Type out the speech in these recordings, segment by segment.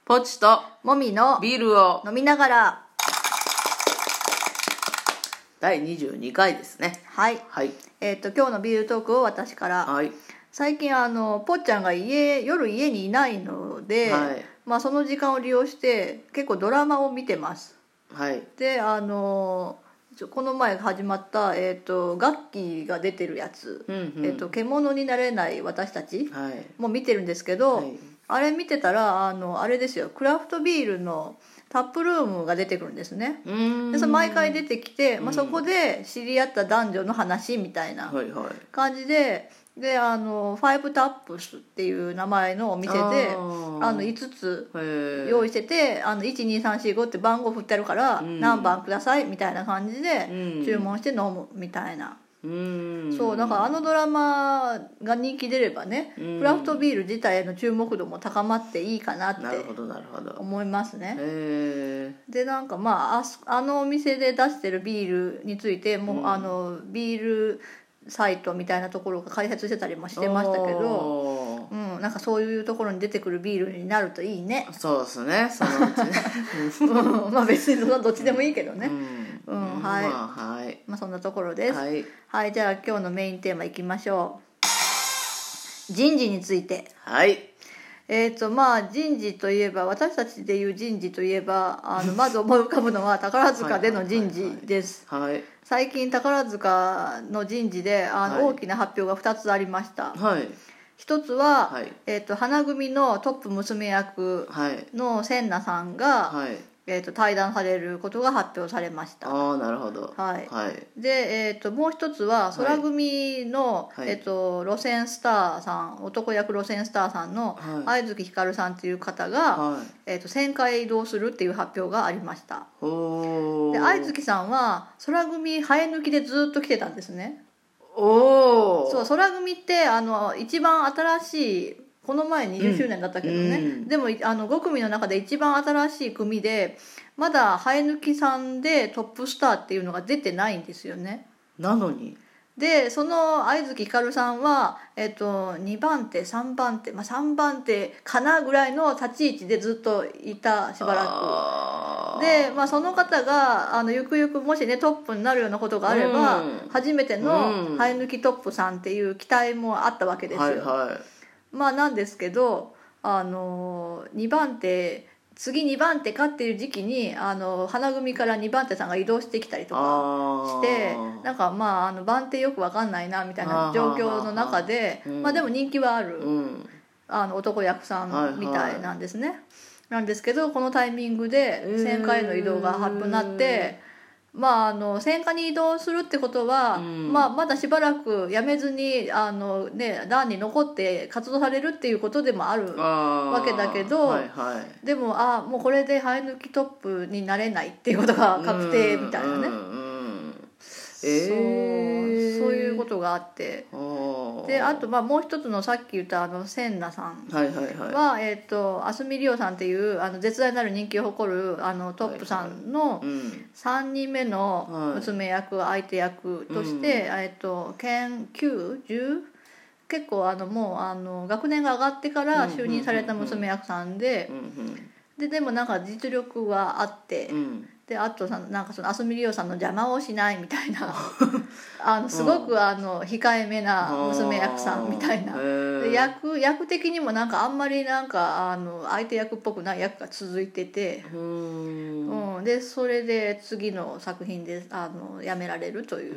ポチともみのビールを飲みながら。 第22回ですね。 はい、 はい。 今日のビールトークを私から。 はい。 最近ぽっちゃんが夜家にいないので、 はい。 その時間を利用して結構ドラマを見てます。 はい。 でこの前始まった、ガッキーが出てるやつ、獣になれない私たちも見てるんですけど、 はい、 あれ見てたらあれですよ、クラフトビールのタップルームが出てくるんですね。でその毎回出てきて、そこで知り合った男女の話みたいな感じで、ファイブタップスっていう名前のお店で5つ用意してて、12345って番号振ってあるから、何番くださいみたいな感じで注文して飲むみたいな。そうだからドラマが人気出ればね、クラフトビール自体への注目度も高まっていいかなって思いますね。でお店で出してるビールについてもビールサイトみたいなところが開設してたりもしてましたけど、そういうところに出てくるビールになるといいね。 そうですね、そのうちね別にどっちでもいいけどね。 はい、 そんなところです。 はい、 じゃあ今日のメインテーマいきましょう。人事について。 はい。 人事といえば、私たちでいう人事といえばまず思い浮かぶのは宝塚での人事です。最近宝塚の人事で大きな発表が2つありました。一つは、花組のトップ娘役の千奈さんが、対談されることが発表されました。 なるほど。 で、もう一つは空組の、路線スターさん、男役路線スターさんの愛月ひかるさんっていう方が、1000回移動するっていう発表がありました。で愛月さんは空組生え抜きでずっと来てたんですね。そう空組って一番新しい、この前20周年だったけどね、でも5組の中で一番新しい組で、まだ生え抜きさんでトップスターっていうのが出てないんですよね。 なのにでその愛月ひかるさんは、2番手3番手、3番手かなぐらいの立ち位置でずっといた、しばらくで、その方がゆくゆくもしねトップになるようなことがあれば、初めての生え抜きトップさんっていう期待もあったわけですよ。なんですけど2番手、次2番手かっていう時期に花組から2番手さんが移動してきたりとかして、番手よく分かんないなみたいな状況の中で、でも人気はある、男役さんみたいなんですね。なんですけど、このタイミングで1000回の移動が発表になって、戦火に移動するってことは、まだしばらく辞めずに団に残って活動されるっていうことでもあるわけだけど、でももうこれで生え抜きトップになれないっていうことが確定みたいなね。そういうことがあって、であともう一つのさっき言った千奈さんは明日海りおさんっていう絶大なる人気を誇るトップさんの3人目の娘役、相手役として、研究10結構もう学年が上がってから就任された娘役さんで、でも実力はあって、であとその明日海りおさんの邪魔をしないみたいなすごく控えめな娘役さんみたいな、で役的にもあんまり相手役っぽくない役が続いてて、でそれで次の作品で辞められるという、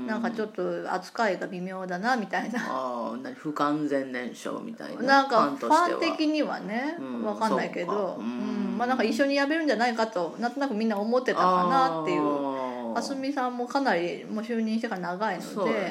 ちょっと扱いが微妙だなみたいな。 不完全燃焼みたいな、 ファン的にはね、分かんないけど、一緒に辞めるんじゃないかとなんとなくみんな思ってたかなっていう。あすみさんもかなりもう就任してから長いので、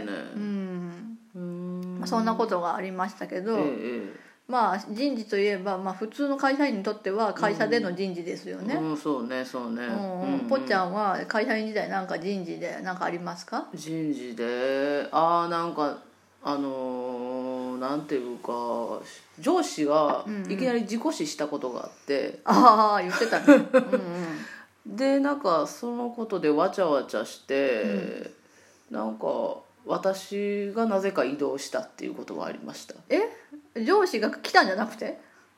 そんなことがありましたけど、人事といえば、普通の会社員にとっては会社での人事ですよね。 そうね。 ぽっちゃんは会社員時代人事でありますか？ 人事でなんていうか、上司がいきなり自己死したことがあって、 言ってたね。 でそのことでわちゃわちゃして、私がなぜか移動したっていうことがありました。 上司が来たんじゃなくて？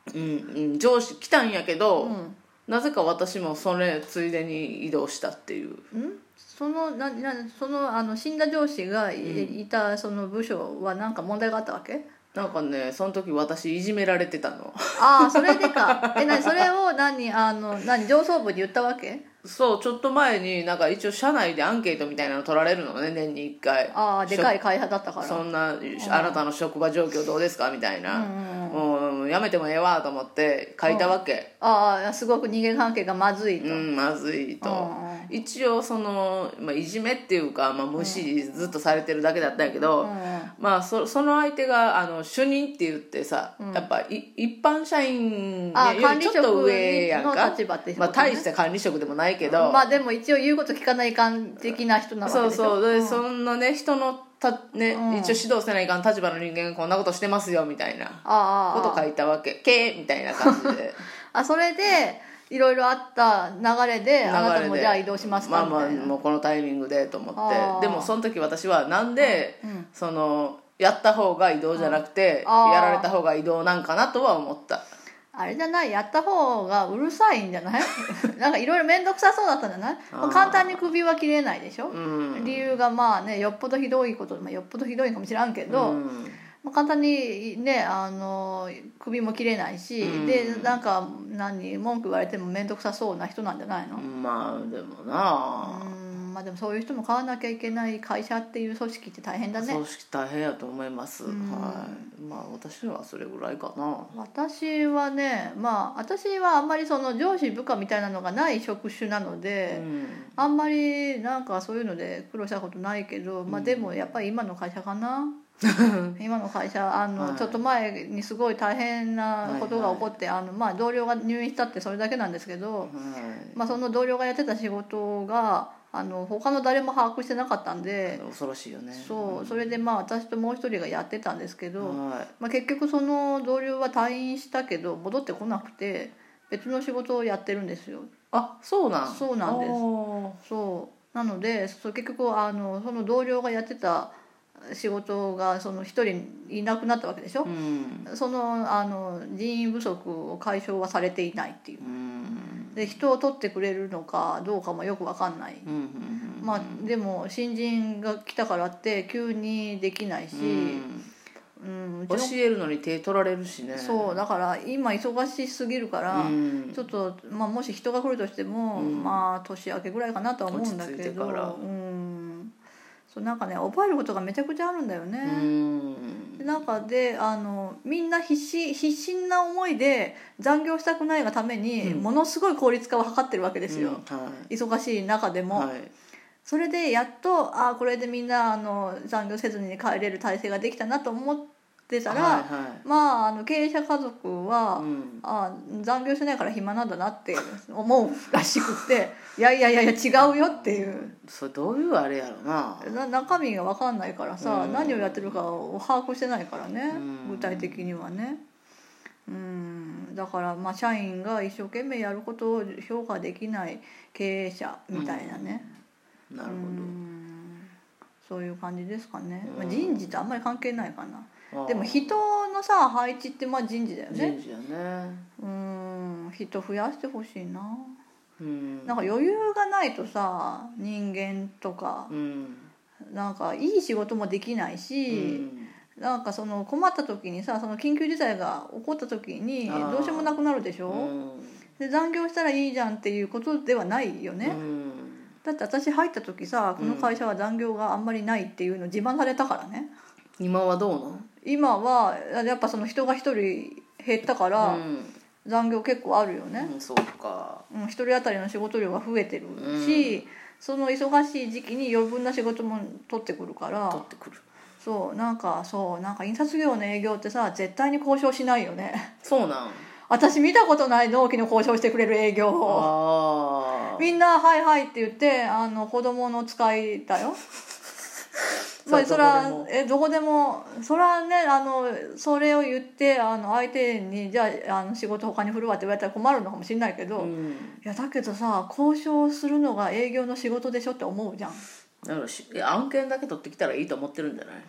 上司来たんやけど、 うんなぜか私もそれついでに移動したっていう。 その死んだ上司がいたその部署は何か問題があったわけ？ なんかね、その時私いじめられてたの。 ああ、それでか。それを上層部に言ったわけ？ そう、ちょっと前になんか一応社内でアンケートみたいなの取られるのね、年に1回。 ああ、でかい会社だったから。 そんな、あなたの職場状況どうですかみたいな、もうやめてもええわと思って書いたわけ。 ああ、すごく人間関係がまずいと。 まずいと。一応その、いじめっていうか、無視ずっとされてるだけだったんやけど、その相手が主任って言ってさ、やっぱ一般社員よりちょっと上やんか。 の立場ってことね。 大した管理職でもないけど、 でも一応言うこと聞かないかん的な人なわけでしょ。 そうで、そんなね、人の一応指導せないかん立場の人間がこんなことしてますよみたいなこと書いたわけ。みたいな感じでそれでいろいろあった流れであなたもじゃあ移動しますかみたいな。 もうこのタイミングでと思って。でもその時私はなんで、そのやった方が移動じゃなくて、やられた方が移動なんかなとは思った。 あれじゃない、やった方がうるさいんじゃないなんかいろいろ面倒くさそうだったんじゃない？簡単に首は切れないでしょ、理由がよっぽどひどいこと、よっぽどひどいかもしらんけど、簡単にね首も切れないし、でなんか文句言われても面倒くさそうな人なんじゃないの？ でもなでもそういう人も買わなきゃいけない会社っていう組織って大変だね。 組織大変やと思います。私はそれぐらいかな。 私はね、私はあんまりその上司部下みたいなのがない職種なので、あんまりなんかそういうので苦労したことないけど、でもやっぱり今の会社かな今の会社ちょっと前にすごい大変なことが起こって、同僚が入院したってそれだけなんですけど、その同僚がやってた仕事が他の誰も把握してなかったんで、 恐ろしいよね。 それで私ともう一人がやってたんですけど、結局その同僚は退院したけど戻ってこなくて別の仕事をやってるんですよ。 そうなんですそうなので結局その同僚がやってた仕事がその一人いなくなったわけでしょ、その人員不足を解消はされていないっていう、で人を取ってくれるのかどうかもよく分かんない、でも新人が来たからって急にできないし、 教えるのに手取られるしね。 そうだから今忙しすぎるから、ちょっと、もし人が来るとしても、年明けぐらいかなとは思うんだけど、なんかね覚えることがめちゃくちゃあるんだよね。なんかでみんな必死な思いで残業したくないがために、ものすごい効率化を図ってるわけですよ、忙しい中でも、それでやっとこれでみんな残業せずに帰れる体制ができたなと思ってたら、経営者家族は、残業しないから暇なんだなって思うらしくていや違うよっていう。 それどういうあれやろな。 中身が分かんないからさ、何をやってるかを把握してないからね、具体的にはね。だから社員が一生懸命やることを評価できない経営者みたいなね、 なるほど。 そういう感じですかね。人事とあんまり関係ないかな。でも人のさ配置って人事だよね。 人事やね。 人増やしてほしいな。なんか余裕がないとさ人間とか、なんかいい仕事もできないし、なんかその困った時にさその緊急事態が起こった時にどうしようもなくなるでしょ。で残業したらいいじゃんっていうことではないよね。だって私入った時さこの会社は残業があんまりないっていうの自慢されたからね。 今はどうなん？ 今はやっぱその人が一人減ったから、残業結構あるよね。 そうか。 一人当たりの仕事量が増えてるし、その忙しい時期に余分な仕事も取ってくるから。 取ってくる。 なんか印刷業の営業ってさ絶対に交渉しないよね。 そうなん。 私見たことない納期の交渉してくれる営業を。みんなはいはいって言って子供の使いだよ。それはどこでもそれはねそれを言って相手にじゃあ仕事他に振るわって言われたら困るのかもしれないけど、いやだけどさ交渉するのが営業の仕事でしょって思うじゃん。 だから案件だけ取ってきたらいいと思ってるんじゃない？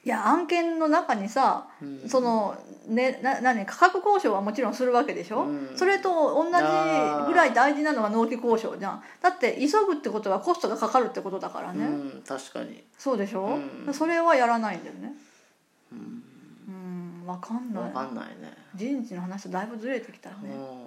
いや案件の中にさ、そのね、価格交渉はもちろんするわけでしょ、それと同じぐらい大事なのは納期交渉じゃん。だって急ぐってことはコストがかかるってことだからね。 確かにそうでしょ、それはやらないんだよね。分かんない。 分かんないね。 人事の話とだいぶずれてきたね。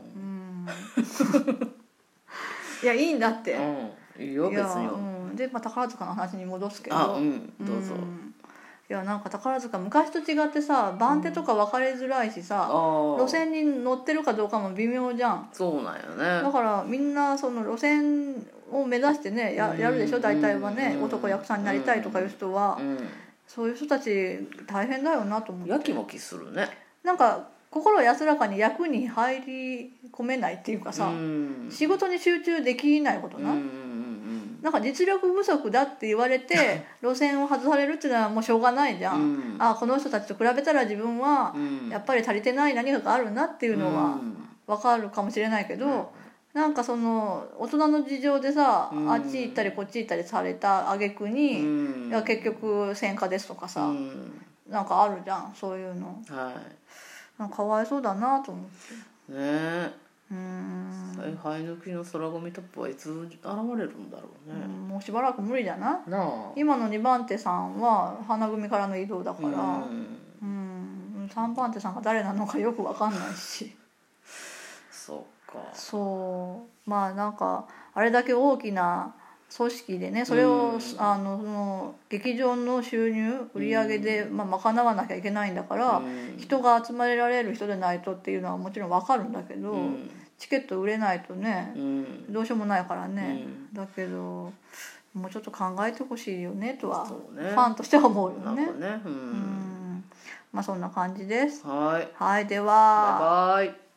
いやいいんだって。 いいよ別に。 で、宝塚の話に戻すけど、 どうぞ。 いやなんか宝塚昔と違ってさ、番手とか分かりづらいしさ、路線に乗ってるかどうかも微妙じゃん。 そうなんよね。 だからみんなその路線を目指してね やるでしょ大体はね、男役さんになりたいとかいう人は、そういう人たち大変だよなと思って。 やきもきするね。 なんか心安らかに役に入り込めないっていうかさ、仕事に集中できないことな。なんか実力不足だって言われて路線を外されるっていうのはもうしょうがないじゃん、この人たちと比べたら自分はやっぱり足りてない何かがあるなっていうのは分かるかもしれないけど、なんかその大人の事情でさ、あっち行ったりこっち行ったりされた挙句に、いや結局戦火ですとかさ、なんかあるじゃんそういうの。なんかかわいそうだなと思ってねえ。 生え抜きの空組トップはいつ現れるんだろうね。 もうしばらく無理じゃない？今の2番手さんは花組からの移動だから、3番手さんが誰なのかよく分かんないし。 そうか。 そうまあなんかあれだけ大きな組織でね、それをその劇場の収入売り上げで賄わなきゃいけないんだから、人が集まれられる人でないとっていうのはもちろん分かるんだけど、チケット売れないとね、どうしようもないからね、だけどもうちょっと考えてほしいよねとは、ファンとしては思うよね。まあそんな感じです。はい、ではバイバイ。